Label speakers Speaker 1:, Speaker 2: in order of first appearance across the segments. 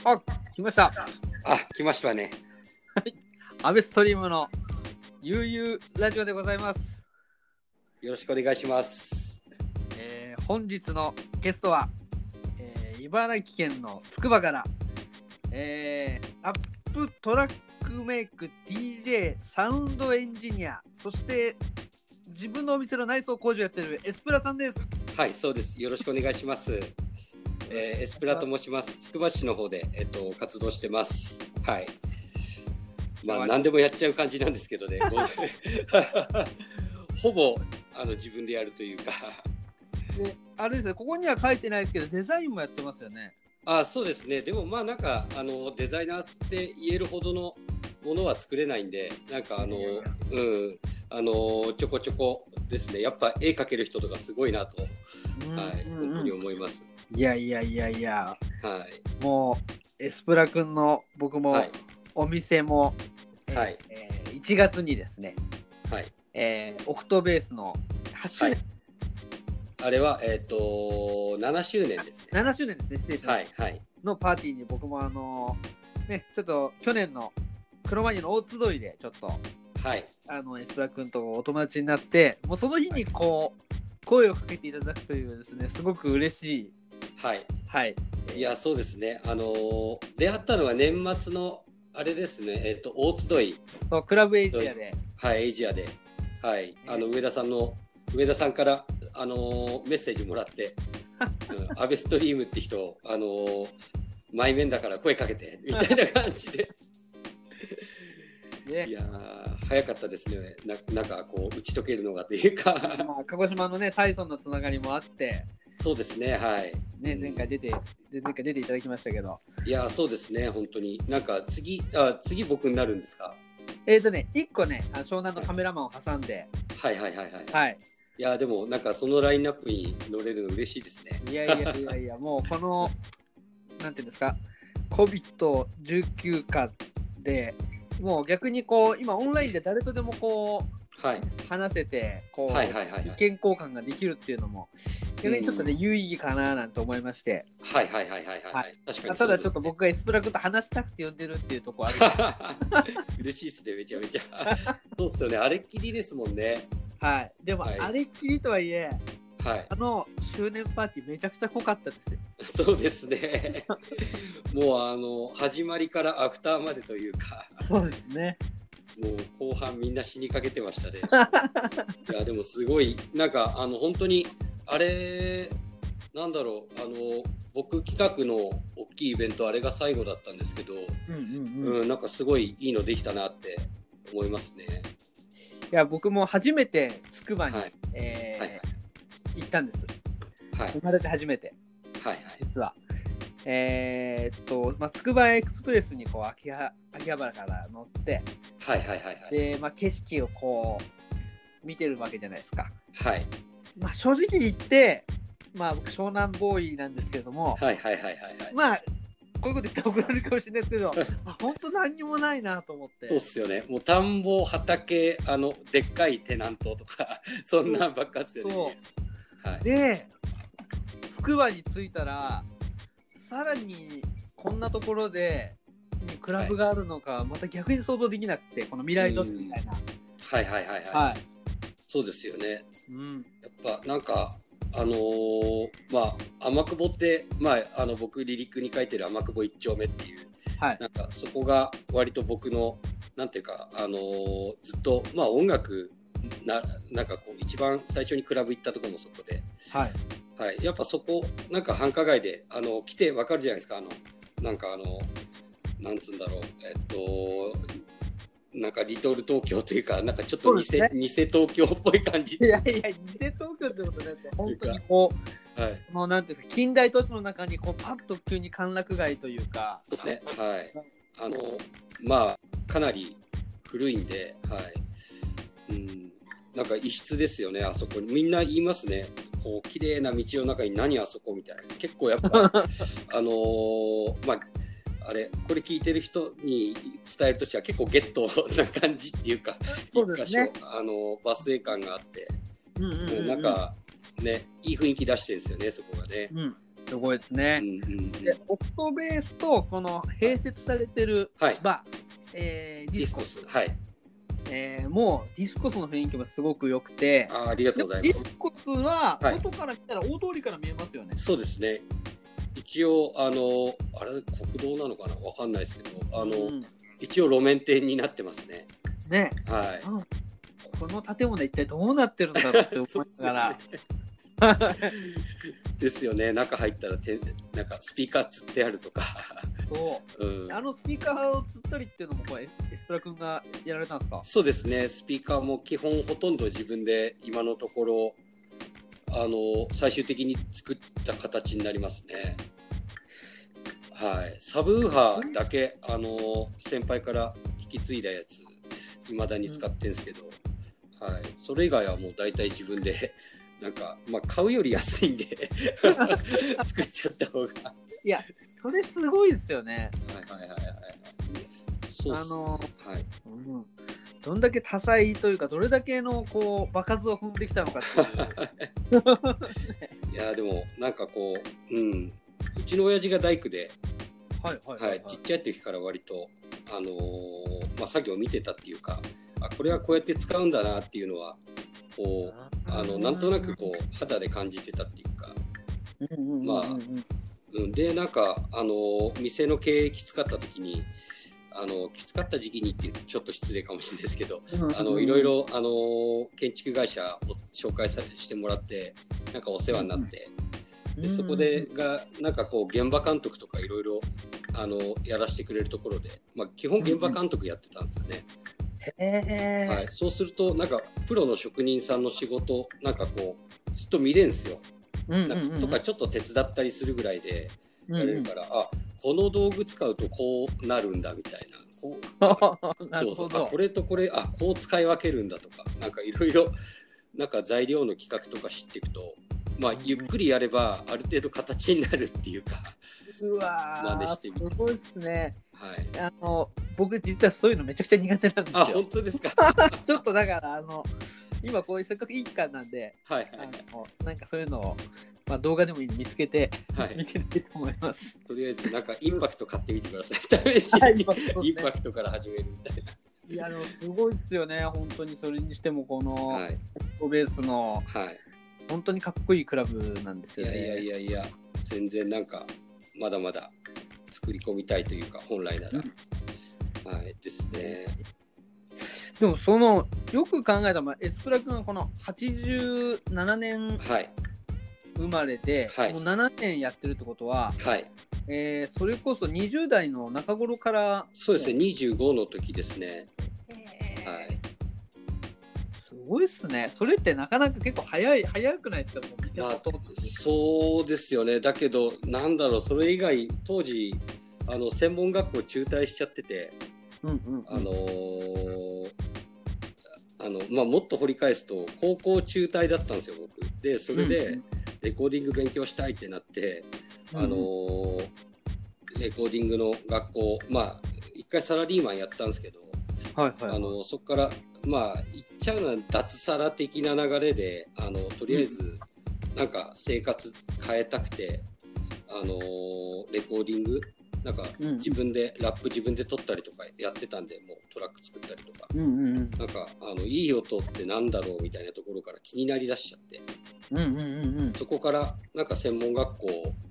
Speaker 1: あ、来ました。
Speaker 2: 来ましたね。
Speaker 1: アベストリームの悠々ラジオでございます。
Speaker 2: よろしくお願いします。
Speaker 1: 本日のゲストは、茨城県のつくばから、アップトラックメイク DJ サウンドエンジニア、そして自分のお店の内装工事をやっているエスプラさんです。
Speaker 2: はい、そうです。よろしくお願いします。エスプラと申します。つくば市の方で、活動してます。はい。何でもやっちゃう感じなんですけどね。ほぼ自分でやるというか。
Speaker 1: で、あれですね、ここには書いてないですけど、デザインもやってますよね。
Speaker 2: そうですね。でもなんかデザイナーって言えるほどのものは作れないんで、なんかちょこちょこですね。やっぱ絵描ける人とかすごいなと、本当に思います。
Speaker 1: いや、はい、もうエスプラ君の僕もお店も、1月にですね、オクトベースの8周年、
Speaker 2: あれは7周年ですね。
Speaker 1: 7周年ですね、ステーションのパーティーに僕もちょっと去年の黒マニの大集いでちょっと、エスプラ君とお友達になって、もうその日にこう声をかけていただくというですね、すごく嬉しい。
Speaker 2: いや、そうですね。出会ったのは年末のあれですね。大集い。
Speaker 1: クラブエイジアで。
Speaker 2: エイジアで。上田さんからメッセージもらって、アベストリームって人、前面だから声かけてみたいな感じで。いや早かったですね。なんかこう打ち解けるのがというか
Speaker 1: 鹿児島のねタイソンのつながりもあって。
Speaker 2: そうですね、
Speaker 1: 前回出ていただきましたけど。い
Speaker 2: や、そうですね、本当に。なんか次僕になるんですか
Speaker 1: ？1個ね、湘南のカメラマンを挟んで。
Speaker 2: いや、でもなんかそのラインナップに乗れるの嬉しいですね。
Speaker 1: いや、もうこの、なんていうんですか、COVID-19 下で、もう逆にこう、今オンラインで誰とでもこう、話せてこう、意見交換ができるっていうのも逆にちょっとね、有意義かななんて思いまして。確かに。ただちょっと僕がエスプラ君と話したくて呼んでるっていうところあ
Speaker 2: る嬉しいですね、めちゃめちゃそうっすよね、あれっきりですもんね。
Speaker 1: でも、あれっきりとはいえ、周年パーティーめちゃくちゃ濃かったです
Speaker 2: よ。そうですねもう始まりからアフターまでというか。
Speaker 1: そうですね、
Speaker 2: もう後半みんな死にかけてましたねいや、でもすごいなんか本当にあれなんだろう、僕企画の大きいイベントあれが最後だったんですけど、なんかすごいいいのできたなって思いますね。
Speaker 1: いや、僕も初めてつくばに、行ったんです。生まれて初めて、実はつくばエクスプレスにこう秋葉原から乗って、で、景色をこう見てるわけじゃないですか。正直言って、僕湘南ボーイなんですけれども、こういうこと言ったら怒られるかもしれないですけど本当何にもないなと思って。
Speaker 2: そうっすよね。もう田んぼ、畑、でっかいテナントとかそんなんばっかっすよね。
Speaker 1: で、つくばに着いたらさらにこんなところでクラブがあるのか、また逆に想像できなくて、この未来都市みたいな。
Speaker 2: そうですよね。やっぱなんか天久保って、僕リリックに書いてる天久保一丁目っていう、なんかそこが割と僕のなんていうかずっと音楽なんかこう一番最初にクラブ行ったところもそこで、やっぱそこなんか繁華街で来てわかるじゃないですか。なんかなんつうんだろう、なんかリトル東京というか、なんかちょっと偽東京っぽい感じ。
Speaker 1: いや偽東京ってことね。本当にこう、もうなんていうんですか、近代都市の中にこうパッと急に歓楽街というか。
Speaker 2: そうですね。かなり古いんで、なんか異質ですよね、あそこに。みんな言いますね。こう綺麗な道の中に何あそこみたいな。結構やっぱあれこれ聞いてる人に伝えるとしては結構ゲットな感じっていうか、
Speaker 1: そうですね、
Speaker 2: バスエ感があって、なんかね、いい雰囲気出してるんですよね、そこがね。
Speaker 1: すごいですね。で、オクトベースとこの併設されてるバー、ディスコス。はい。もうディスコスの雰囲気もすごく良くて、
Speaker 2: ありがとうございます。
Speaker 1: ディスコスは外から見たら大通りから見えますよね。
Speaker 2: そうですね。一応あれ国道なのかな、わかんないですけど、一応路面店になってますね。
Speaker 1: ね。はい。この建物一体どうなってるんだろうって思いながら。
Speaker 2: ですよね。中入ったらなんかスピーカーつってあるとか。
Speaker 1: そう、スピーカーをつったりっていうのもエストラ君がやられたんですか？
Speaker 2: そうですね。スピーカーも基本ほとんど自分で今のところ最終的に作った形になりますね。はい。サブウーハーだけ先輩から引き継いだやつ未だに使ってるんですけど、はい。それ以外はもう大体自分でなんか買うより安いんで作っちゃった方が。
Speaker 1: いや、それすごいですよね。
Speaker 2: はい。そうっす。はい。
Speaker 1: どんだけ多彩というか、どれだけの場数を踏んできたのかっていう。
Speaker 2: いやでもなんかうちの親父が大工で、ちっちゃい時から割と作業を見てたっていうか、これはこうやって使うんだなっていうのはなんとなく肌で感じてたっていうか、でなんか店の経営きつかった時にきつかった時期にっていうとちょっと失礼かもしれないですけど、いろいろ建築会社を紹介してもらってなんかお世話になって、でそこでなんか現場監督とかいろいろやらせてくれるところで、基本現場監督やってたんですよね。はい、そうするとなんかプロの職人さんの仕事なんかずっと見れるんですよ。とかちょっと手伝ったりするぐらいでやれるから、この道具使うとこうなるんだみたいな、これとこれこう使い分けるんだとか、なんかいろいろなんか材料の企画とか知っていくと、ゆっくりやればある程度形になるっていうか。
Speaker 1: うわー、すごいですね。
Speaker 2: はい。
Speaker 1: 僕実はそういうのめちゃくちゃ苦手なんですよ。
Speaker 2: 本当ですか？
Speaker 1: ちょっとだから今こういうせっかくいい期間なんで、なんかそういうのを動画でもいいの見つけて、見てみたいと思います。
Speaker 2: とりあえずなんかインパクト買ってみてください。試しにインパクトから始めるみたいな。
Speaker 1: いやすごいですよね。本当にそれにしてもこのベースの本当にかっこいいクラブなんですよね。
Speaker 2: いや全然なんかまだまだ作り込みたいというか本来なら、ですね。
Speaker 1: でもよく考えたらエスプラ君はこの87年生まれで、もう7年やってるってことは、それこそ20代の中頃から。
Speaker 2: そうですね、25の時ですね。
Speaker 1: すごいっすね。それってなかなか結構早くないですか？
Speaker 2: そうですよね。だけどなんだろう、それ以外当時専門学校中退しちゃってて、もっと掘り返すと高校中退だったんですよ僕で。それでレコーディング勉強したいってなって、レコーディングの学校一回サラリーマンやったんですけど、そこから言っちゃうのは脱サラ的な流れでとりあえずなんか生活変えたくてレコーディングなんか自分でラップ自分で撮ったりとかやってたんで、もうトラック作ったりとか、なんかいい音ってなんだろうみたいなところから気になりだしちゃって、そこからなんか専門学校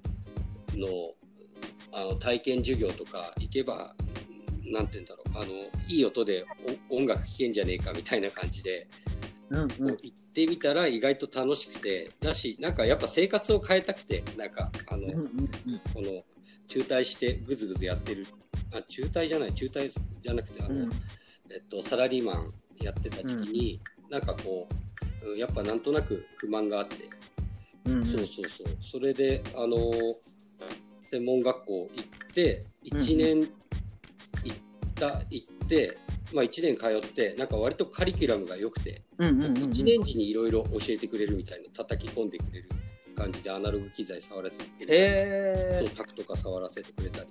Speaker 2: の体験授業とか行けばなんて言うんだろういい音で音楽聴けんじゃねえかみたいな感じで、行ってみたら意外と楽しくてだし、なんかやっぱ生活を変えたくて、なんかこの中退してグズグズやってる中退じゃなくてサラリーマンやってた時期に、なんかやっぱなんとなく不満があって、それで専門学校行って1年行って1年通ってなんか割とカリキュラムが良くて、1年時にいろいろ教えてくれるみたいな、叩き込んでくれる感じでアナログ機材触らせてくれたり、タクとか触らせてくれたり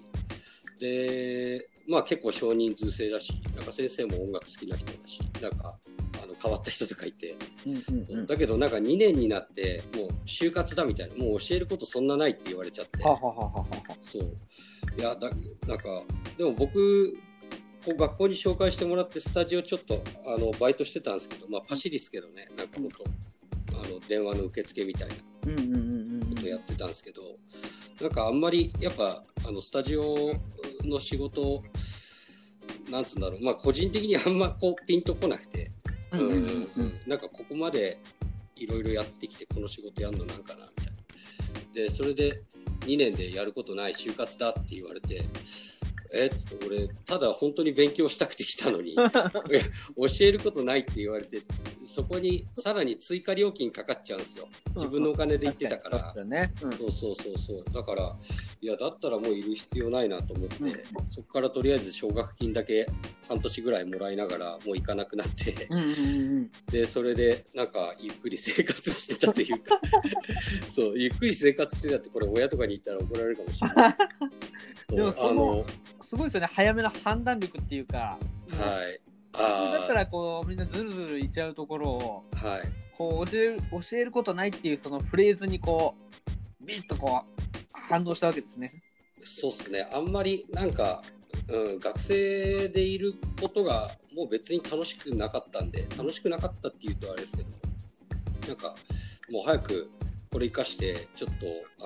Speaker 2: で、結構少人数制だし、なんか先生も音楽好きな人だし、なんか変わった人とかいて、だけどなんか2年になってもう就活だみたいな、もう教えることそんなないって言われちゃって、そういやなんかでも僕こう学校に紹介してもらってスタジオちょっとバイトしてたんですけど、まあパシリですけどね、なんか本当電話の受付みたいなことやってたんですけど、なんかあんまりやっぱスタジオの仕事なんつうんだろう、まあ個人的にあんまこうピンとこなくて、なんかここまでいろいろやってきてこの仕事やるのなんかなみたいな。でそれで2年でやることない就活だって言われて、つって俺ただ本当に勉強したくて来たのに教えることないって言われて、そこにさらに追加料金かかっちゃうんですよ、自分のお金で行ってたから、そうだからいやだったらもういる必要ないなと思って、そこからとりあえず奨学金だけ半年ぐらいもらいながらもう行かなくなってでそれでなんかゆっくり生活してたというかそうゆっくり生活してたって、これ親とかに言ったら怒られるかもしれないでも
Speaker 1: すごいですよね、早めの判断力っていうか、だったらこうみんなずるずるいっちゃうところを、こう教えることないっていうそのフレーズにこうビッとこう反応したわけですね。
Speaker 2: そうっすね、あんまりなんか、学生でいることがもう別に楽しくなかったんで、楽しくなかったっていうとあれですけど、なんかもう早くこれ生かしてちょっと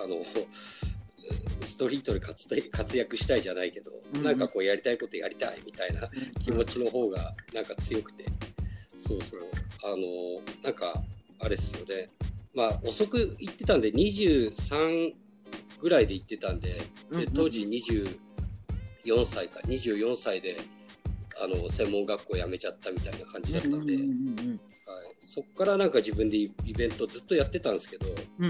Speaker 2: ストリートで活躍したいじゃないけど、なんかこうやりたいことやりたいみたいな気持ちの方がなんか強くて、そうなんかあれっすよね、まあ遅く行ってたんで23ぐらいで行ってたんで、当時24歳で専門学校辞めちゃったみたいな感じだったんで、そっからなんか自分でイベントずっとやってたんですけど、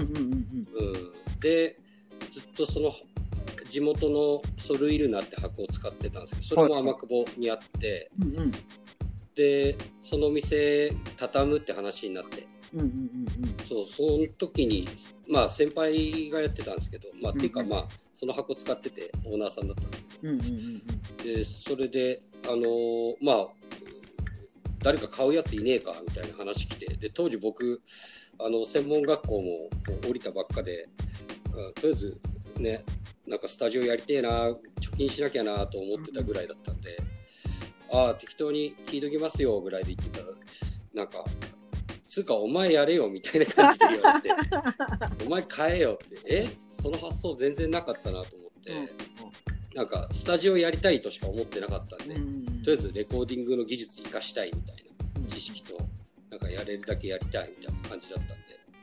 Speaker 2: でずっとその地元のソルイルナって箱を使ってたんですけど、それも天久保にあって、でその店畳むって話になって、その時にまあ先輩がやってたんですけど、まあっていうかまあその箱使っててオーナーさんだったんですけど、でそれでまあ誰か買うやついねえかみたいな話来て、で当時僕専門学校も降りたばっかで、とりあえずねなんかスタジオやりてえな、貯金しなきゃなと思ってたぐらいだったんで、適当に聞いときますよぐらいで言ってたら、なんかつうかお前やれよみたいな感じで言われてお前買えよってその発想全然なかったなと思って、なんかスタジオやりたいとしか思ってなかったんで、とりあえずレコーディングの技術活かしたいみたいな知識と、なんかやれるだけやりたいみたいな感じだったんで、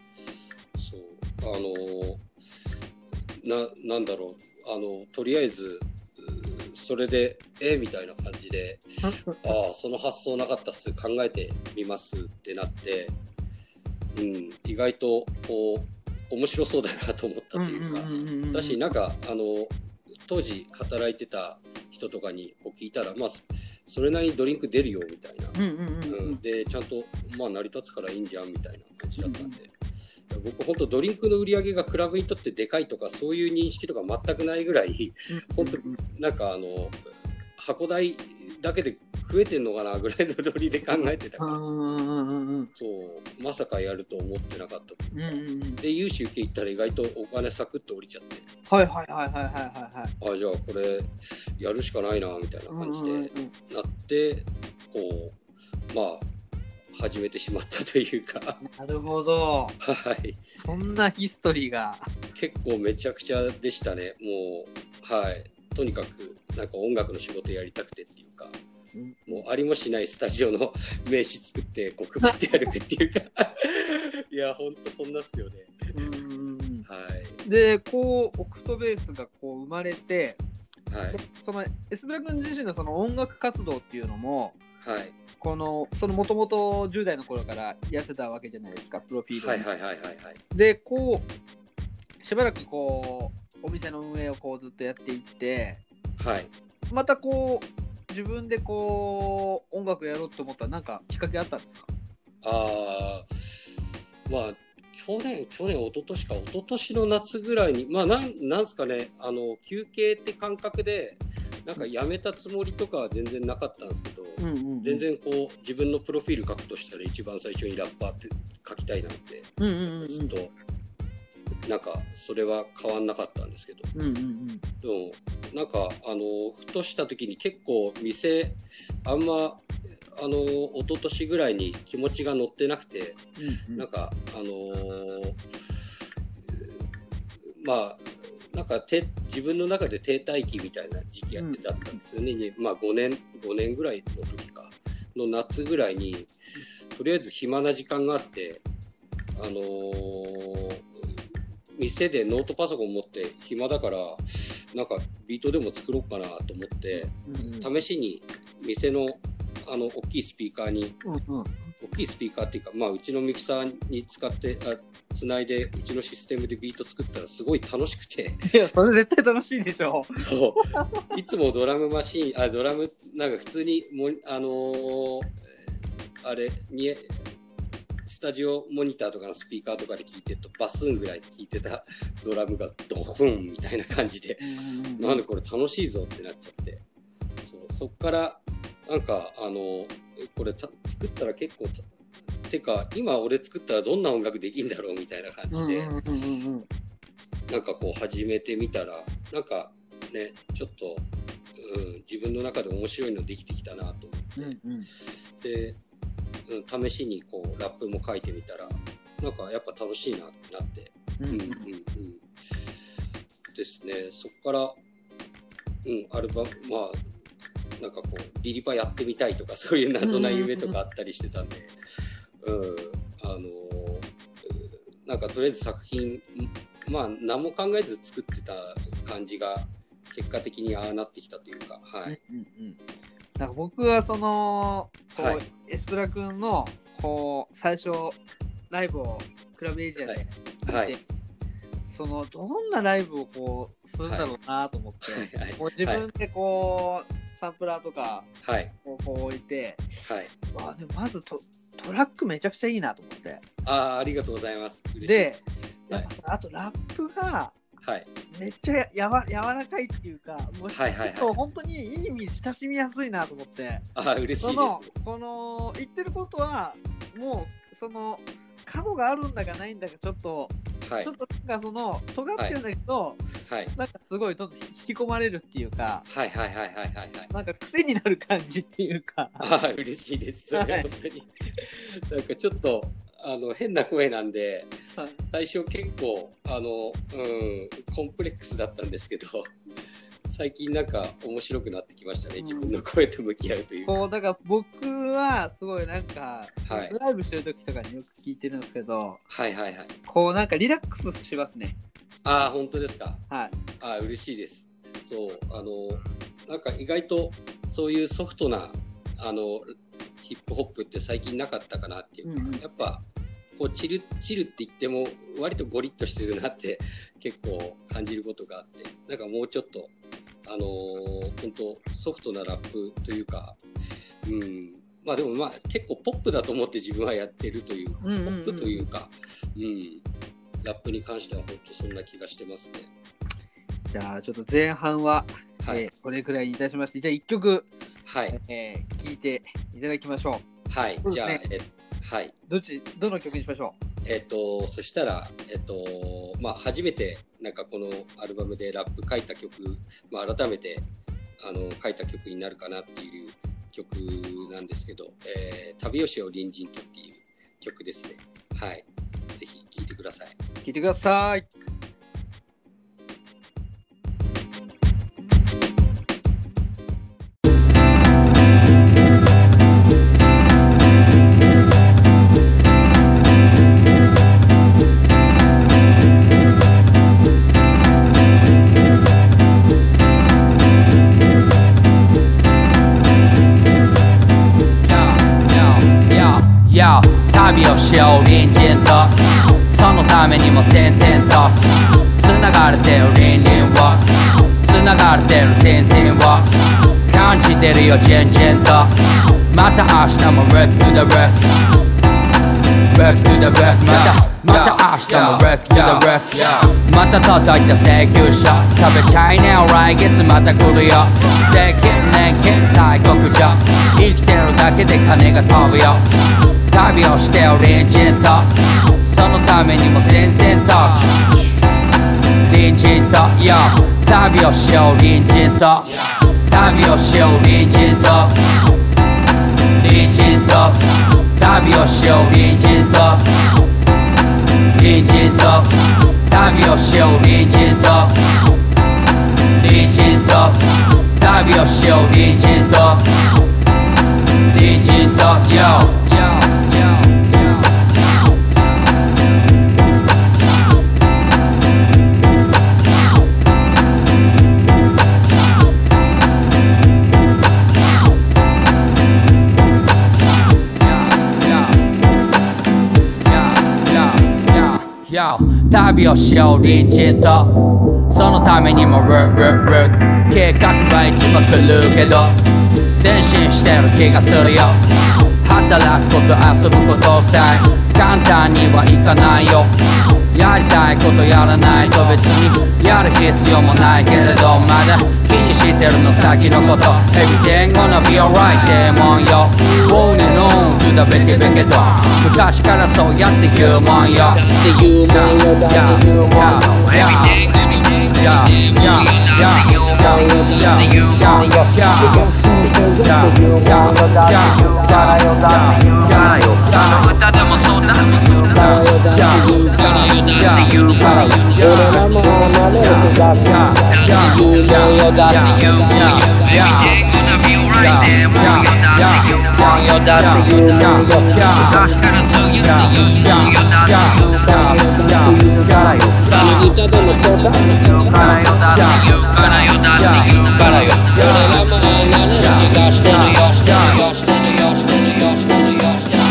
Speaker 2: そうなんだろう、とりあえずそれでみたいな感じでその発想なかったっす、考えてみますってなって、意外とこう面白そうだなと思ったというか、だしなんか当時働いてた人とかにこう聞いたら、まあそれなりにドリンク出るよみたいな、でちゃんとまあ成り立つからいいんじゃんみたいな感じだったんで、僕本当ドリンクの売り上げがクラブにとってでかいとかそういう認識とか全くないぐらい、本当なんか箱代だけで食えてんのかなぐらいのノリで考えてたから、そうまさかやると思ってなかった、で有志受け行ったら意外とお金サクッと降りちゃって、じゃあこれやるしかないなみたいな感じでなって、こうまあ始めてしまったというか
Speaker 1: なるほど、そんなヒストリーが
Speaker 2: 結構めちゃくちゃでしたね。もうとにかくなんか音楽の仕事やりたくてっていうか、もうありもしないスタジオの名刺作ってこう配って歩くっていうかいやほんとそんなっすよね。
Speaker 1: でこうオクトベースがこう生まれて、そのエスブラ君自身のその音楽活動っていうのも、そのもともと10代の頃からやってたわけじゃないですか、プロフィールでこうしばらくこうお店の運営をこうずっとやっていって、またこう自分でこう音楽やろうと思ったらなんかきっかけあったんですか？
Speaker 2: まあ去年一昨年の夏ぐらいに、まあなんすかね、休憩って感覚でなんかやめたつもりとかは全然なかったんですけど、全然こう自分のプロフィール書くとしたら一番最初にラッパーって書きたいなって、ずっとなんかそれは変わんなかったんですけど、でもなんかふとした時に結構店あんま一昨年ぐらいに気持ちが乗ってなくて、なんかまあなんか自分の中で停滞期みたいな時期だったんですよね。まあ5年ぐらいの時かの夏ぐらいにとりあえず暇な時間があって、店でノートパソコン持って暇だからなんかビートでも作ろうかなと思って、試しに店の大きいスピーカーに、大きいスピーカーっていうか、まあうちのミキサーにつないでうちのシステムでビート作ったらすごい楽しくて。
Speaker 1: いやそれ絶対楽しいでしょ。
Speaker 2: そういつもドラムマシーンドラムなんか普通にあれにスタジオモニターとかのスピーカーとかで聞いてるとバスーンぐらいで聞いてたドラムがドフンみたいな感じで、なんでこれ楽しいぞってなっちゃって、そっからなんかこれ作ったら結構てか今俺作ったらどんな音楽できるんだろうみたいな感じで、なんかこう始めてみたらなんかねちょっと、自分の中で面白いのできてきたなと思って、で試しにこうラップも書いてみたらなんかやっぱ楽しいなってなって、ですね。そっからアルバムなんかこうリリパやってみたいとかそういう謎な夢とかあったりしてたんで、なんかとりあえず作品まあ何も考えず作ってた感じが結果的にああなってきたというか、
Speaker 1: なんか僕はエスプラ君のこう最初ライブをクラブエイジアで見て、どんなライブをこうするんだろうなと思って、こう自分でこうサンプラーとかこう置いて、でもまずトラックめちゃくちゃいいなと思って。
Speaker 2: ありがとうございます。
Speaker 1: で、やっぱあとラップがめっちゃ柔らかいっていうか、もう本当にいい意味で親しみやすいなと思って。
Speaker 2: 嬉しいです。
Speaker 1: この言ってることはもう角があるんだかないんだかちょっとなんか尖ってるんだけど、なんかすごいちょっと引き込まれるっていうか、なんか癖になる感じっていうか。
Speaker 2: 嬉しいです。それは本当になんかちょっと変な声なんで、最初結構コンプレックスだったんですけど、最近なんか面白くなってきましたね、自分の声と向き合うというか。
Speaker 1: だから僕はすごいなんか、ドライブしてる時とかによく聞いてるんですけど、こうなんかリラックスしますね。
Speaker 2: 本当ですか。嬉しいです。なんか意外とそういうソフトなヒップホップって最近なかったかなっていうか、やっぱこうチルって言っても割とゴリッとしてるなって結構感じることがあって、なんかもうちょっと本当ソフトなラップというか、まあでも結構ポップだと思って自分はやってるというか、ポップというか、ラップに関しては本当そんな気がしてますね。
Speaker 1: じゃあちょっと前半は、これくらいにいたしまして、じゃあ1曲、聴いていただきましょう。
Speaker 2: じゃあ
Speaker 1: どの曲にしましょ
Speaker 2: う。そしたら初めてなんかこのアルバムでラップ書いた曲、改めて書いた曲になるかなっていう曲なんですけど、旅吉を隣人とっていう曲ですね。ぜひ聴いてください。
Speaker 1: 聴いてください。
Speaker 3: 旅をしよう隣人と、そのためにも戦々と繋がれてる隣人を、繋がれてる心身を感じてるよじんじんと。また明日も Work to the work Work to the work またまた明日も Wreck to the Wreck また叩いた請求書食べちゃいねよ来月また来るよ税金年金最国上生きてるだけで金が飛ぶよ旅をしてよ隣人とそのためにも先々と隣人と旅をしよう隣人と旅をしよう隣人と隣人と旅をしよう隣人と隣人と旅をしよう隣人と隣人と旅をしよう隣人と隣人と旅をしよう隣人とそのためにも計画はいつも来るけど前進してる気がするよ働くこと遊ぶことさえ簡単にはいかないよやりたいことやらないと別にやる必要もないけれどまだ気にしてるの先のこと Everything gonna be alright ってもんよ Holding on to the ベケベケと昔からそうやって言うもんよって言うもんよだって言うもんよ Everything everything だって言うもんよだって言うもんよだって言うもんよ歌でもそうだって言うからよだって言うからよだって言うからよ俺らも離れるだって言うもんよだって言うもんよ Everything gonna be alright でもんよだって言うもんよだって言うもんよ昔からそう言って言うもんよだって言うからよあの歌でもそうだって言うからよだって言うからよだって言うからよ俺らも離れる気がしてるよしてるよしてるよしてるよしてるよ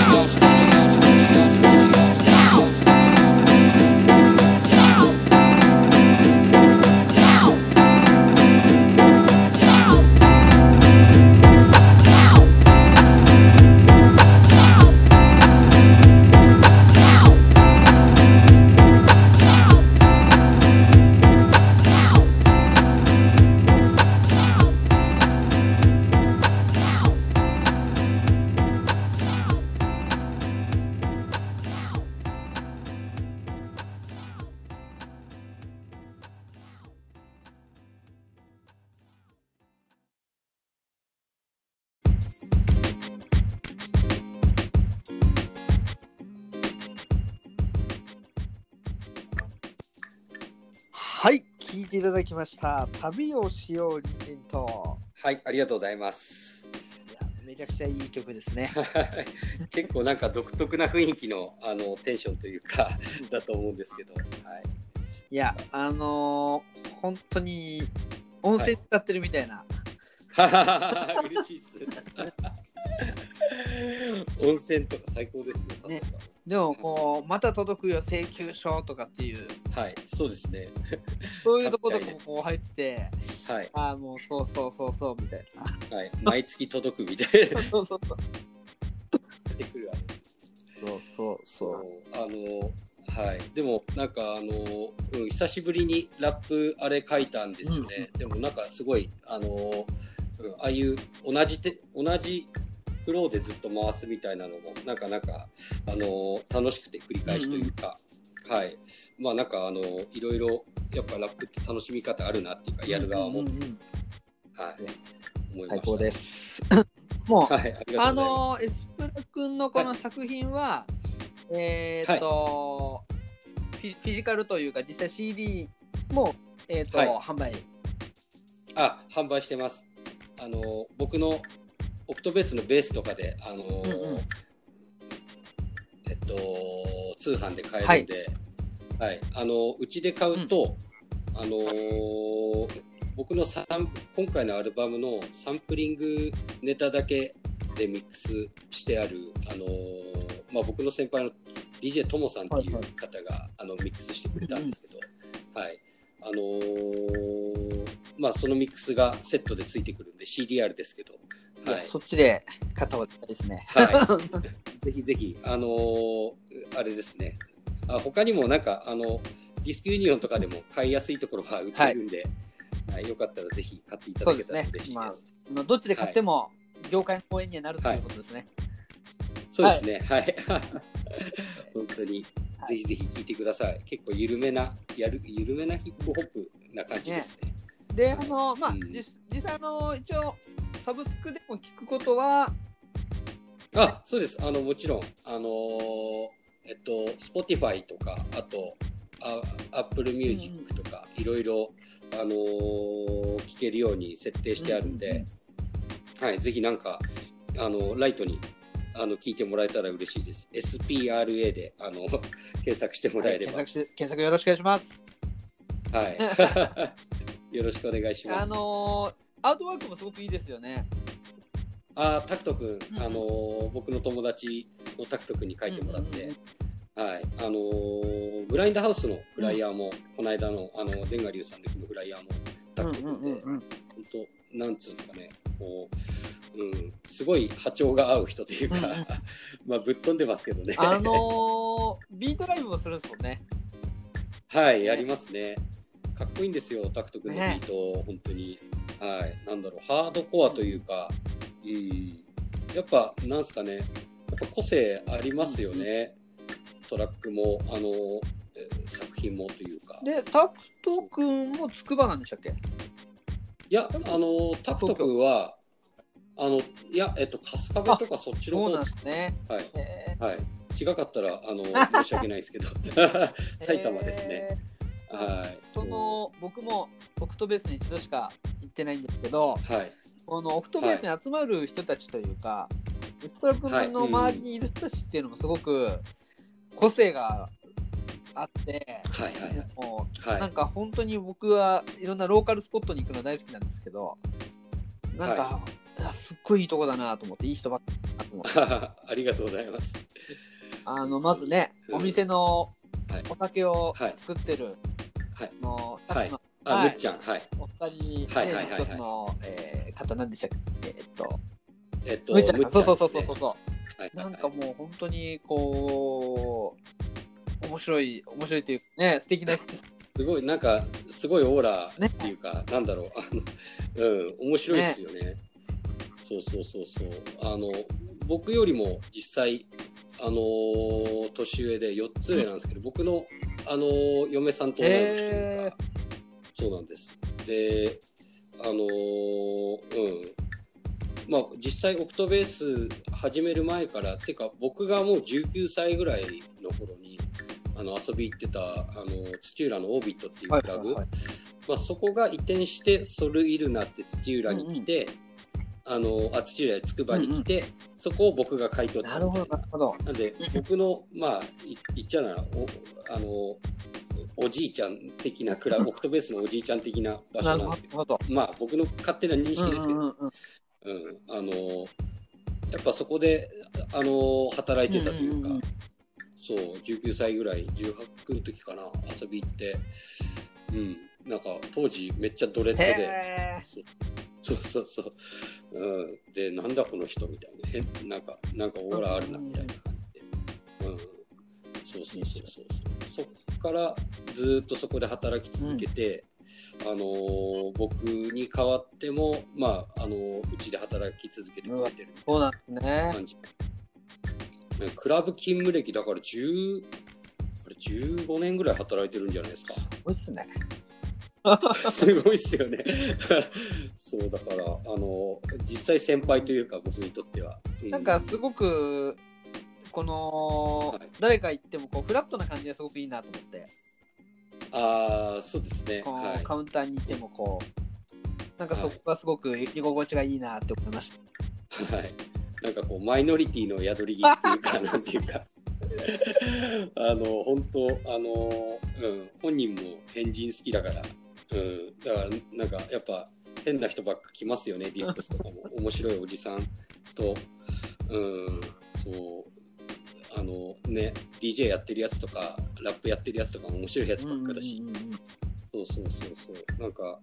Speaker 1: はい、聞いていただきました。旅をしよう隣人と。
Speaker 2: はい、ありがとうございます。
Speaker 1: いや、めちゃくちゃいい曲ですね。
Speaker 2: 結構なんか独特な雰囲気のテンションというかだと思うんですけど、はい。
Speaker 1: いや、本当に温泉使ってるみたいな。
Speaker 2: はい、嬉しいっす。温泉とか最高ですね。
Speaker 1: でもこうまた届くよ請求書とかっていう、
Speaker 2: はい、そうですね。
Speaker 1: そういうところとかもこう入ってて、
Speaker 2: はい、
Speaker 1: ああもうそうみたい
Speaker 2: な、はい、毎月届くみたいな。
Speaker 1: そう
Speaker 2: 出てくる
Speaker 1: そう
Speaker 2: はい、でもなんか久しぶりにラップあれ書いたんですよね。でもなんかすごいああいう同じフローでずっと回すみたいなのもなんか楽しくて繰り返しというか、はい、まあなんかいろいろやっぱラップって楽しみ方あるなっていうか、やる側も、はい、思いました。
Speaker 1: 最高です。もう、はい、エスプラ君のこの作品は、フィジカルというか実際 CD も販売
Speaker 2: してます。僕のオクトベースのベースとかで通販で買えるんで、はい、うちで買うと、僕の今回のアルバムのサンプリングネタだけでミックスしてある僕の先輩の DJ ともさんっていう方がミックスしてくれたんですけど、はい、そのミックスがセットでついてくるんで CDR ですけど、
Speaker 1: はい、そっちで買った方がいいですね。
Speaker 2: はい、ぜひぜひあれですね、 他にもなんかディスクユニオンとかでも買いやすいところは売ってるんで、はい、よかったらぜひ買っていただけたら嬉しいです。
Speaker 1: どっちで買っても業界の応援にはなるということですね。
Speaker 2: そうですね。はい。本当にぜひぜひ聞いてください。結構緩めなヒップホップな感じですね。
Speaker 1: で、実際一応サブスクでも聞くことは、
Speaker 2: そうです。もちろんSpotify とか、あとApple Music とか、いろいろ聞けるように設定してあるんで、はい、ぜひなんかライトに聞いてもらえたら嬉しいです。SPRA で検索してもらえれば、
Speaker 1: 検索よろしくお願いします。
Speaker 2: はい。よろしくお願いします。
Speaker 1: アウトワークもすごくいいですよね。
Speaker 2: タクト君、僕の友達のタクト君に書いてもらって、はい、ブラインドハウスのフライヤーも、この間のデンガリュウさんの日のフライヤーもタクト君で、本当なんつうんですかね、すごい波長が合う人というか、まあぶっ飛んでますけどね。
Speaker 1: ビートライブもするんですもんね。
Speaker 2: はい、やりますね。かっこいいんですよ、タクト君のビート、本当に。はい、なんだろう、ハードコアというか、やっぱなんすかね、やっぱ個性ありますよね。トラックも作品もというか。
Speaker 1: で、タクト君も筑波なんでしたっけ？
Speaker 2: いや、タクト君は春日部とかそっちの方
Speaker 1: ですね。
Speaker 2: はい、はい、違かったら申し訳ないですけど埼玉ですね。はい。
Speaker 1: 僕もオクトベースに一度しか行ってないんですけど、
Speaker 2: はい、
Speaker 1: このオクトベースに集まる人たちというか、ストラック君の周りにいる人たちっていうのもすごく個性があって、なんか本当に僕はいろんなローカルスポットに行くの大好きなんですけど、なんか、すっごいいいとこだなと思って、いい人ばっかりだと思って
Speaker 2: ありがとうございます。
Speaker 1: まずね、お店のお酒を作ってる、
Speaker 2: むっちゃん、
Speaker 1: お二人、一つの方なんでしたっけ、
Speaker 2: むっちゃん、
Speaker 1: そう、なんかもう本当にこう面白いというかね、素敵な人です。
Speaker 2: すごいなんかすごいオーラっていうか、なんだろう、面白いですよね。そう僕よりも実際年上で4つ上なんですけど、僕の嫁さんと同い年というか、そうなんです。でまあ実際オクトベース始める前からてか、僕がもう19歳ぐらいの頃に遊び行ってた土浦のオービットっていうクラブ、まあ、そこが移転してソルイルナって土浦に来て、土浦や筑波に来て、そこを僕が買い取ったみたいな。なんで僕のまあ言っちゃうならおじいちゃん的なクラブ、オクトベースのおじいちゃん的な場所なんですけど、まあ僕の勝手な認識ですけど、やっぱそこで働いてたというか、そう19歳ぐらい18の時かな、遊び行って、なんか当時めっちゃドレッドで、そう、でなんだこの人みたいな、なんかオーラあるなみたいな感じで、そっからずっとそこで働き続けて、僕に代わってもまあうちで働き続けてくれてるみたいな感じ。クラブ勤務歴だから15年ぐらい働いてるんじゃないですか。
Speaker 1: すごいっすね。
Speaker 2: すごいっすよね。そうだから実際先輩というか、僕にとっては、
Speaker 1: なんかすごくこの、誰か言ってもこうフラットな感じがすごくいいなと思って。
Speaker 2: そうですね。
Speaker 1: カウンターにいてもこうなんかそこがすごく居心地がいいなって思いました。
Speaker 2: はい。なんかこうマイノリティの宿り着っていうかなんていうか本当本人も変人好きだから、だからなんかやっぱ変な人ばっか来ますよね、ディスクスとかも面白いおじさんと、そうね、DJ やってるやつとかラップやってるやつとかも面白いやつばっかだし、そうなんか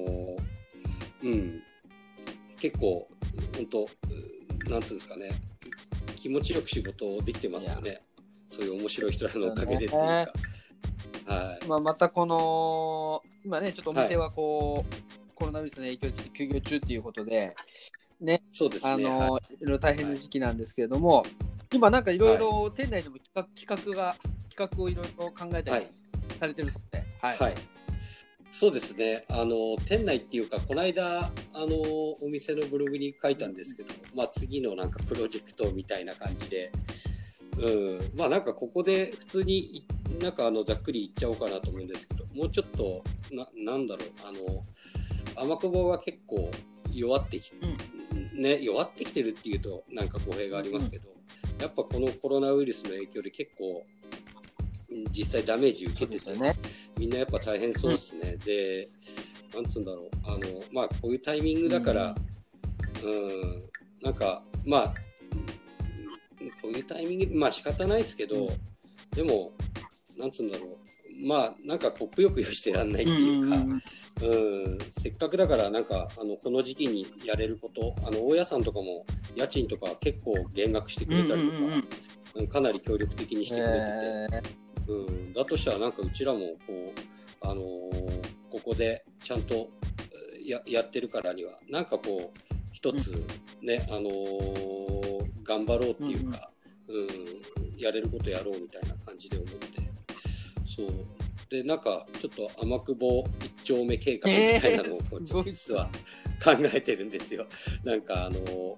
Speaker 2: 結構本当なんつうんですかね、気持ちよく仕事できてますよね。 そういう面白い人らのおかげでっていうか、はい。
Speaker 1: まあ、またこの今ねちょっとお店はこう、コロナウイルスの影響で休業中っていうことでね、
Speaker 2: そうですね、
Speaker 1: いろいろ大変な時期なんですけれども、今なんかいろいろ店内でも企画をいろいろ考えたりされてるそうで、
Speaker 2: はいそうですね、店内っていうかこの間お店のブログに書いたんですけど、まあ、次のなんかプロジェクトみたいな感じで、まあなんかここで普通になんかざっくり言っちゃおうかなと思うんですけど、もうちょっとなんだろう、天久保が結構弱ってきてるっていうとなんか語弊がありますけど、やっぱこのコロナウイルスの影響で結構実際ダメージ受けてて、ね、みんなやっぱ大変そうですね。で、なんつうんだろう、まあこういうタイミングだから、なんかまあこういうタイミングまあ仕方ないですけど、でもなんつうんだろう、まあなんかこうくよくよしてらんないっていうか、せっかくだからなんかこの時期にやれること、大家さんとかも家賃とか結構減額してくれたりとか、かなり協力的にしてくれてて。だとしたらなんかうちらもこう、ここでちゃんと やってるからにはなんかこう一つね、頑張ろうっていうか、やれることやろうみたいな感じで思って、そうでなんかちょっと天久保一丁目計画みたいなのをこう実は考えてるんですよ。なんか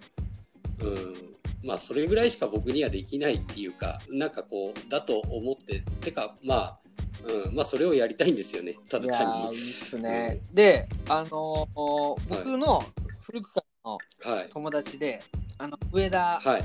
Speaker 2: まあそれぐらいしか僕にはできないっていうか、なんかこうだと思っててかまあ、まあそれをやりたいんですよね、ただ単に。
Speaker 1: いいっすね。で、僕の古くからの友達で、上田康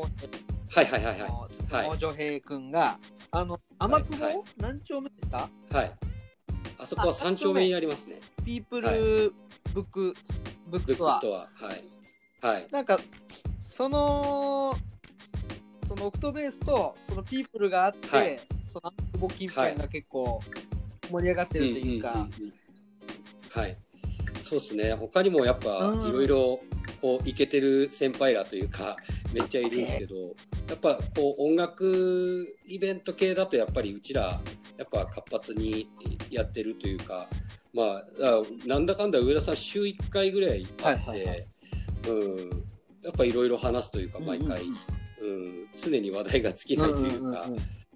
Speaker 1: 生の女平君が天久保何丁目ですか？
Speaker 2: はい。あそこは3丁目にありますね。
Speaker 1: ピープルブックストア。はい。なんかそのオクトベースとそのピープルがあって、その天久保近辺が結構盛り上がってるというか、
Speaker 2: はい、そうですね。他にもやっぱいろいろこうイケてる先輩らというかめっちゃいるんですけど、やっぱこう音楽イベント系だとやっぱりうちらやっぱ活発にやってるというか、まあなんだかんだ上田さん週1回ぐらいあって、やっぱいろいろ話すというか毎回、常に話題が尽きないというか、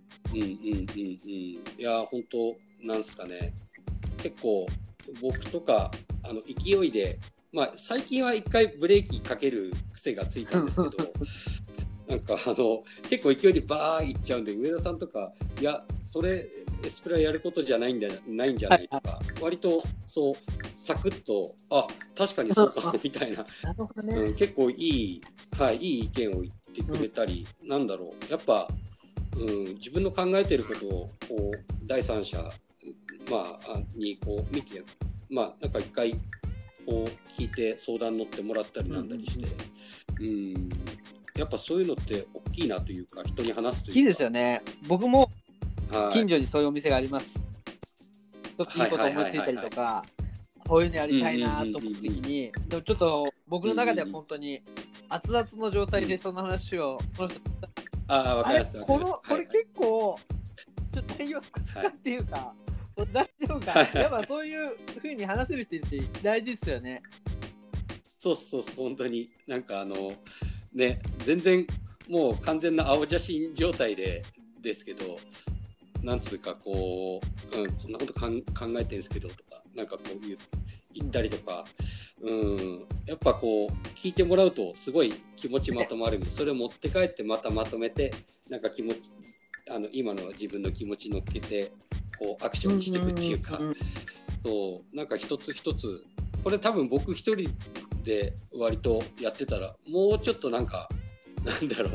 Speaker 2: いや本当なんすかね、結構僕とか勢いで、まあ最近は一回ブレーキかける癖がついたんですけどなんか結構勢いでバーいっちゃうんで、上田さんとかいやそれエスプラやることじゃないんじゃないとか、割とそうサクッと確かにそうかみたいな結構いい意見を言ってくれたり、なんだろう、やっぱ、自分の考えてることをこう第三者、にこう見て、なんか一回こう聞いて相談乗ってもらったりなんだりして、やっぱそういうのって大きいなというか、人に話すというか。
Speaker 1: いいですよね。僕も近所にそういうお店があります。ちょっといいこと思いついたりとか、こういうのやりたいなと思った時に、でもちょっと僕の中では本当に熱々の状態でその話をその人
Speaker 2: わかります。
Speaker 1: これ結構ちょっと内容少なっていうか、大丈夫か。やっぱそういう風に話せる人って大事ですよね。
Speaker 2: そう本当になんかね、全然もう完全な青写真状態ですけど、なんつうかこう、こんなこと考えてるんですけどとか、なんかこう言ったりとか、やっぱこう聞いてもらうとすごい気持ちまとまるんで、それを持って帰ってまたまとめて、なんか気持ち今の自分の気持ち乗っけてこうアクションしていくっていうか、なんか一つ一つ、これ多分僕一人で割とやってたらもうちょっとなんかなんだろ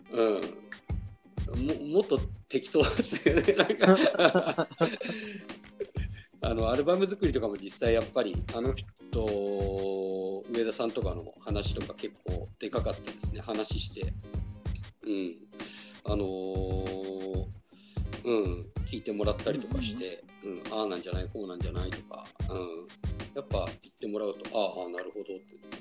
Speaker 2: う、もっと適当ですよね。なんかアルバム作りとかも実際やっぱり上田さんとかの話とか結構でかかったですね。話して聞いてもらったりとかして、ああなんじゃないこうなんじゃないとか、やっぱ言ってもらうとなるほどって、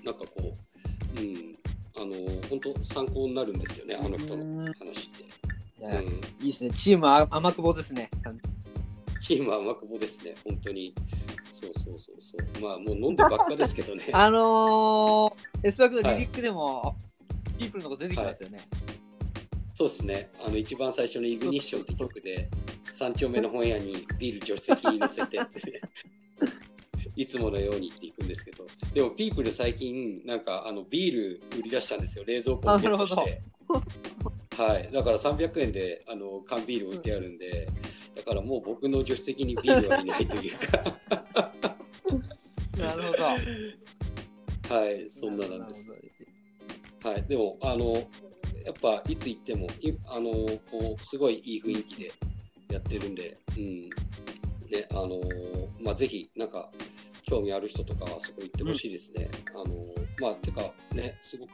Speaker 2: なんかこう本当参考になるんですよね、あの人の話って。
Speaker 1: いいいですね。チーム天久保ですね。
Speaker 2: チーム天久保ですね。本当に。そう。まあもう飲んでばっかですけどね。
Speaker 1: エスパークのリリックでも、ピープルのこと出てきますよね。
Speaker 2: そうですね。一番最初のイグニッションって曲で、3丁目の本屋にビール助手席に乗せていつものようにっていくんですけど、でもピープル最近なんかビール売り出したんですよ。冷蔵庫をゲットして。はい。だから300円で缶ビール置いてあるんで、だからもう僕の助手席にビールはいないというか。
Speaker 1: なるほど。
Speaker 2: はい、そんななんです。はい。でもやっぱいつ行ってもこうすごいいい雰囲気でやってるんで、ね、まあぜひなんか興味ある人とかはそこ行ってほしいですね。まあてかね、すごく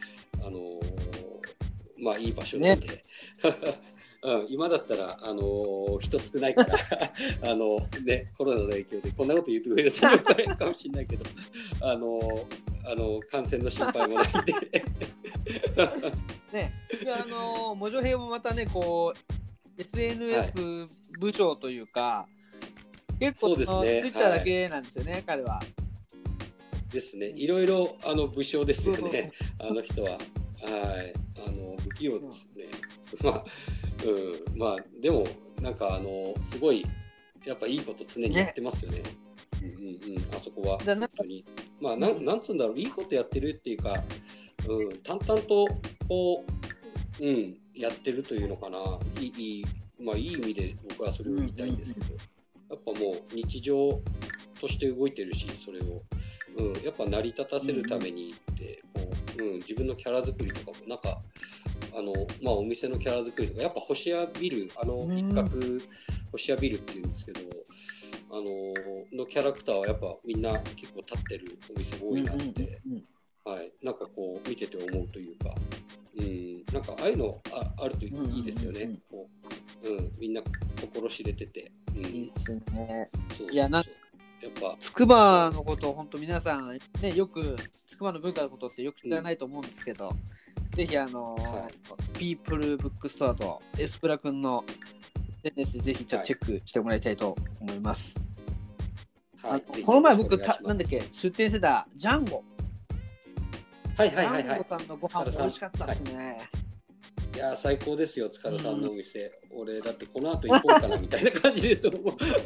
Speaker 2: まあいい場所なんで、ね今だったら人少ないからね、コロナの影響でこんなこと言うと上田さんに怒られるかもしれないけど感染の心配もないんで
Speaker 1: ね、モジョヘイもまたねこう SNS 部長というか、結構ツイッターだけなんですよね、彼は。
Speaker 2: ですね、いろいろ武将ですよね、人は。はい、不器用ですね。まあでもなんかすごいやっぱいいこと常にやってますよね。あそこは本当にまあなんつうんだろう、いいことやってるっていうか、淡々とこうやってるというのかな。まあいい意味で僕はそれを言いたいんですけど、やっぱもう日常として動いてるし、それをやっぱ成り立たせるためにってこう、自分のキャラ作りとかもなんかまあお店のキャラ作りとかやっぱ星屋ビル一角星屋ビルっていうんですけどのキャラクターはやっぱみんな結構立ってるお店多いなって、はい、なんかこう見てて思うというか、なんかああいうの あるといいですよね。こうみんな心知れてて、
Speaker 1: いいですね。
Speaker 2: そう
Speaker 1: いやなんか
Speaker 2: やっぱ
Speaker 1: つくばのことを本当皆さんね、よくつくばの文化のことってよく知らないと思うんですけど、ぜひピープルブックストアとエスプラ君の SNS でぜひちょっとチェックしてもらいたいと思います。この前僕なんだっけ出店してたジャンゴ。ジャンゴさんのご飯美味しかったですね。
Speaker 2: いや最高ですよ、塚田さんのお店。俺だってこの後行こうかなみたいな感じですよ。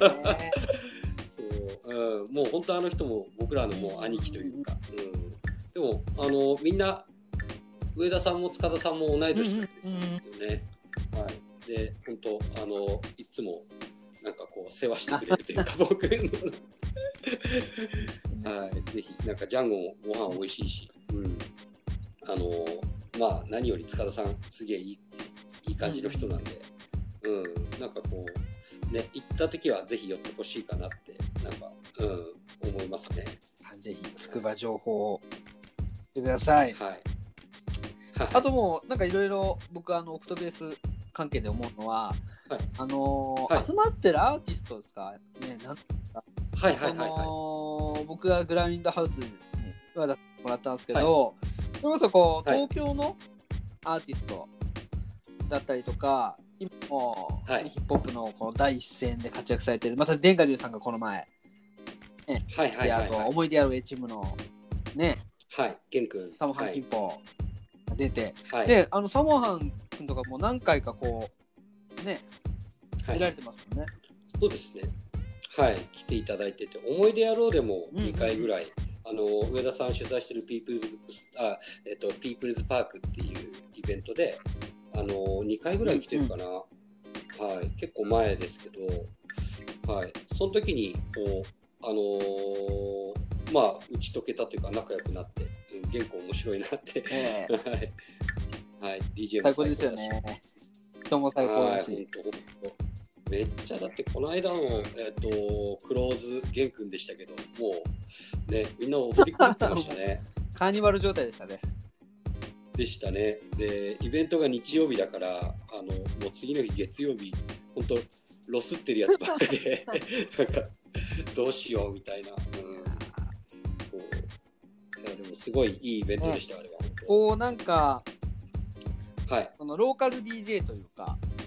Speaker 2: もう本当あの人も僕らのもう兄貴というか、でもみんな上田さんも塚田さんも同い年なんですよね。はい。で本当いつもなんかこう世話してくれるというか僕のはい、ぜひなんかジャンゴもご飯美味しいし、まあ何より塚田さんすげえいい感じの人なんで、なんかこうね行った時はぜひ寄ってほしいかなってなんか思いますね。
Speaker 1: ぜひつくば情報をしてください。はい。あともうなんかいろいろ僕オクトベース関係で思うのは、集まってるアーティストですかね、なん僕がグラウンドハウスにもらったんですけど、それこそこう東京のアーティストだったりとか、今もヒップホップのこの第一線で活躍されてる、またデンガリュウさんがこの前、思い出ある A チームのね、
Speaker 2: ケン君、
Speaker 1: サモハンキンポが出て、でサモハン君とかも何回かこうね出られてますよね。
Speaker 2: そうですね。はい、来ていただいてて、思い出やろうでも2回ぐらい、上田さん主催してるピープルズパークっていうイベントで2回ぐらい来てるかな。はい、結構前ですけど、はい、その時にこうまあ打ち解けたというか仲良くなって、原稿面白いなって、はい、DJ も
Speaker 1: 最高ですよね。人も最高だし。
Speaker 2: めっちゃだってこの間のクローズ玄君でしたけど、もうねみんな踊り狂ってましたね。
Speaker 1: カーニバル状態でしたね。
Speaker 2: でしたね。でイベントが日曜日だからもう次の日月曜日本当ロスってるやつばっかりでなんかどうしようみたいな。そういやでもすごいいいイベントでした、あれは。
Speaker 1: こうなんか
Speaker 2: はい。
Speaker 1: そのローカル DJ というか。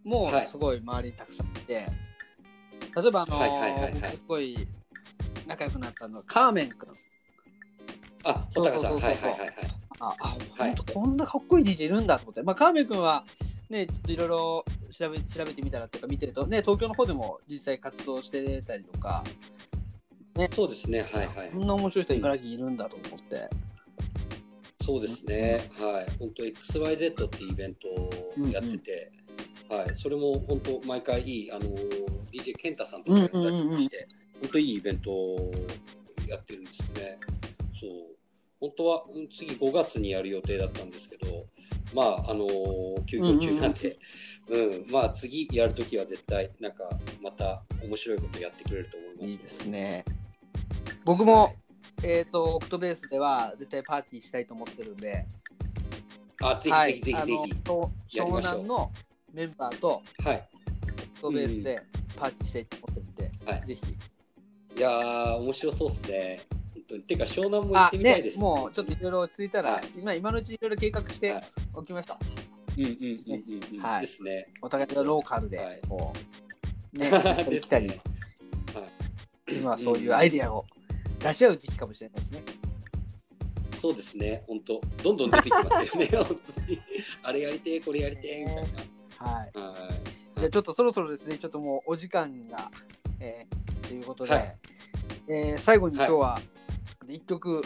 Speaker 1: もすごい周りにたくさんいて、例えば僕すごい仲良くなったのはカーメン君。
Speaker 2: 小高さん。
Speaker 1: 本当こんなかっこいい DJ いるんだと思って。カーメン君はね、ちょっといろいろ調べてみたらとか見てるとね、東京の方でも実際活動してたりとか、
Speaker 2: ね、そうですね。
Speaker 1: こんな面白い人茨城にいるんだと思って。
Speaker 2: そうですね。本当 XYZ っていうイベントをやってて、それも本当毎回いいDJ 健太さんとかやったりとかして、本当いいイベントをやってるんですね。そう本当は次5月にやる予定だったんですけど、休業中なんで、次やるときは絶対なんかまた面白いことやってくれると思います。
Speaker 1: いいですね。僕も、オクトベースでは絶対パーティーしたいと思ってるんで、
Speaker 2: ぜひ
Speaker 1: 湘南のメンバーとオクトベースでパーティーしたいと思ってるんで、ぜひ。
Speaker 2: いやー面白そうですね。てか湘南も行ってみたいです。
Speaker 1: もうちょっといろいろ落ち着いたら、今のうちいろいろ計画しておきました。
Speaker 2: ですね。
Speaker 1: お互いのローカルでこうね行ったり、今はそういうアイディアを出し合う時期かもしれないですね。
Speaker 2: そうですね。本当どんどん出てきますよね。本当にあれやりてえこれやりてえみたいな。
Speaker 1: じゃあちょっとそろそろですね。ちょっともうお時間がということで、最後に今日は1曲、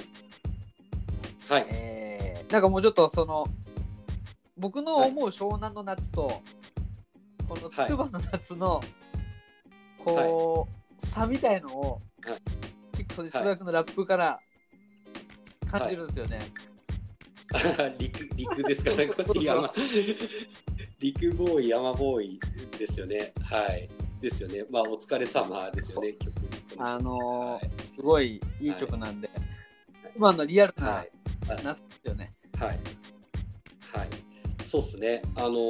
Speaker 1: なんかもうちょっとその僕の思う湘南の夏と、このつくばの夏のこう、差みたいのを、結構菅田君のラップから感じるんですよね。
Speaker 2: 陸ですかね。こっち陸ボーイ山ボーイですよね。ですよね。お疲れ様ですよね。曲
Speaker 1: すごいいい曲なんで、今のリアルな夏ですよね。
Speaker 2: そうっすね。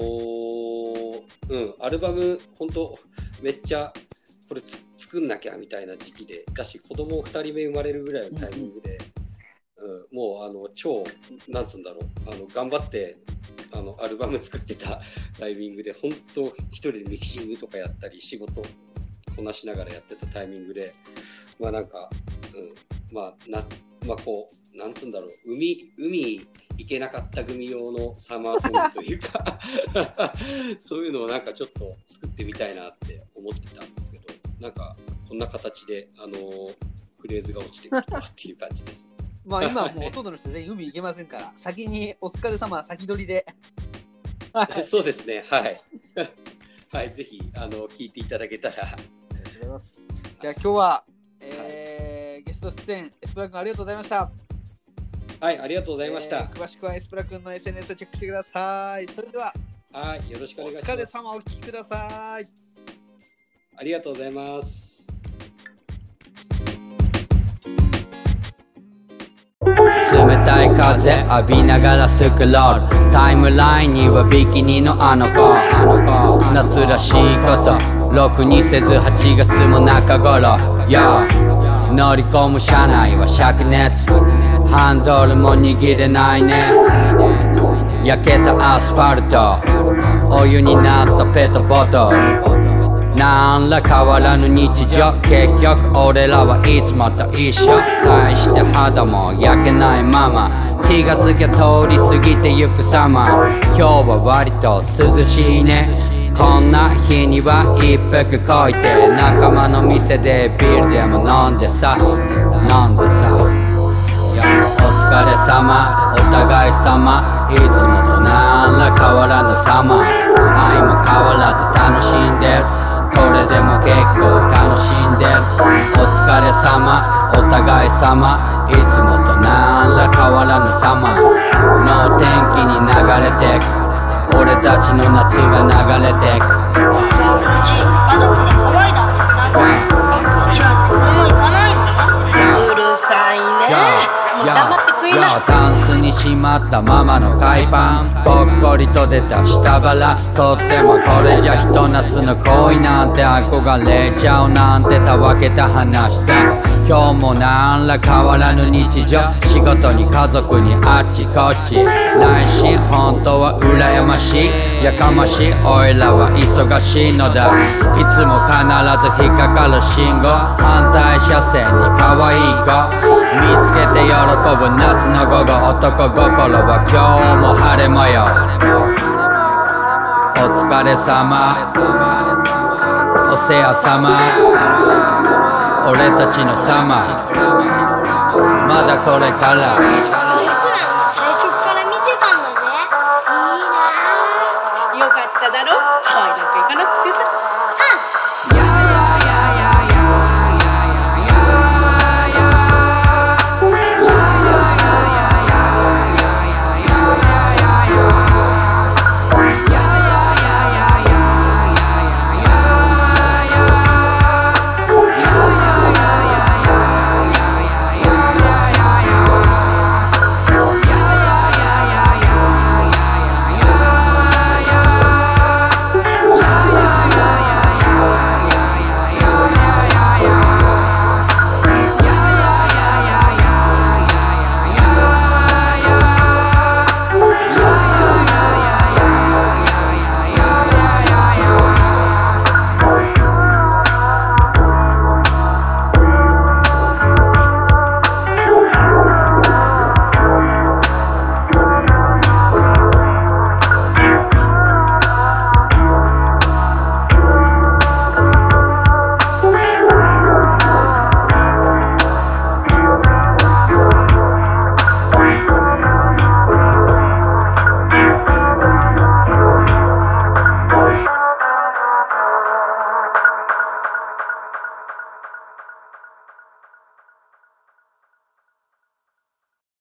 Speaker 2: アルバム本当めっちゃこれ作んなきゃみたいな時期でだし、子供2人目生まれるぐらいのタイミングで、もう超なんつうんだろう、頑張ってアルバム作ってたタイミングで、本当一人でミキシングとかやったり仕事こなしながらやってたタイミングで、なんか、こうなんつうんだろう、海行けなかった組用のサマーソングというかそういうのをなんかちょっと作ってみたいなって思ってたんですけど、なんかこんな形でフレーズが落ちてくるとっていう感じです。
Speaker 1: 今もうほとんどの人全員海行けませんから、先にお疲れ様先取りで
Speaker 2: そうですね。ぜひ聞いていただけたら。ありがとうございます。
Speaker 1: じゃあ今日は、ゲスト出演エスプラ君ありがとうございました。
Speaker 2: ありがとうございました。
Speaker 1: 詳しくはエスプラ君の SNS をチェックしてください。それでは
Speaker 2: よろしくお願いします。
Speaker 1: お疲れ様お聞きください。
Speaker 2: ありがとうございます。
Speaker 3: 冷たい風浴びながらスクロール、タイムラインにはビキニのあの子、夏らしいことろくにせず8月も中頃、乗り込む車内は灼熱、ハンドルも握れないね。焼けたアスファルト、お湯になったペットボトル、なんら変わらぬ日常、結局俺らはいつもと一緒。大して肌も焼けないまま、気がつけ通り過ぎてゆく様。今日は割と涼しいね。こんな日には一服こいて、仲間の店でビールでも飲んでさ。お疲れ様、お互い様、いつもとなんら変わらぬ様。愛も変わらず楽しんでる、これでも結構楽しんでる。お疲れ様、お互い様、いつもとなんら変わらぬ様の天気に流れてく、俺たちの夏が流れてく。
Speaker 4: 家族でハワイだってさ、うちはどこも行かないのよ。うるさいね。もう黙って
Speaker 3: タンスにしまったままの海パン、ぽっこりと出た下腹、とってもこれじゃひと夏の恋なんて憧れちゃうなんてたわけた話さ。今日もなんら変わらぬ日常、仕事に家族にあっちこっち、内心本当は羨ましい、やかましいおいらは忙しいのだ。いつも必ず引っかかる信号、反対車線に可愛い子見つけて喜ぶ夏の午後、男心は今日も晴れ模様。お疲れ様、お世話様、俺たちのサマーまだこれから。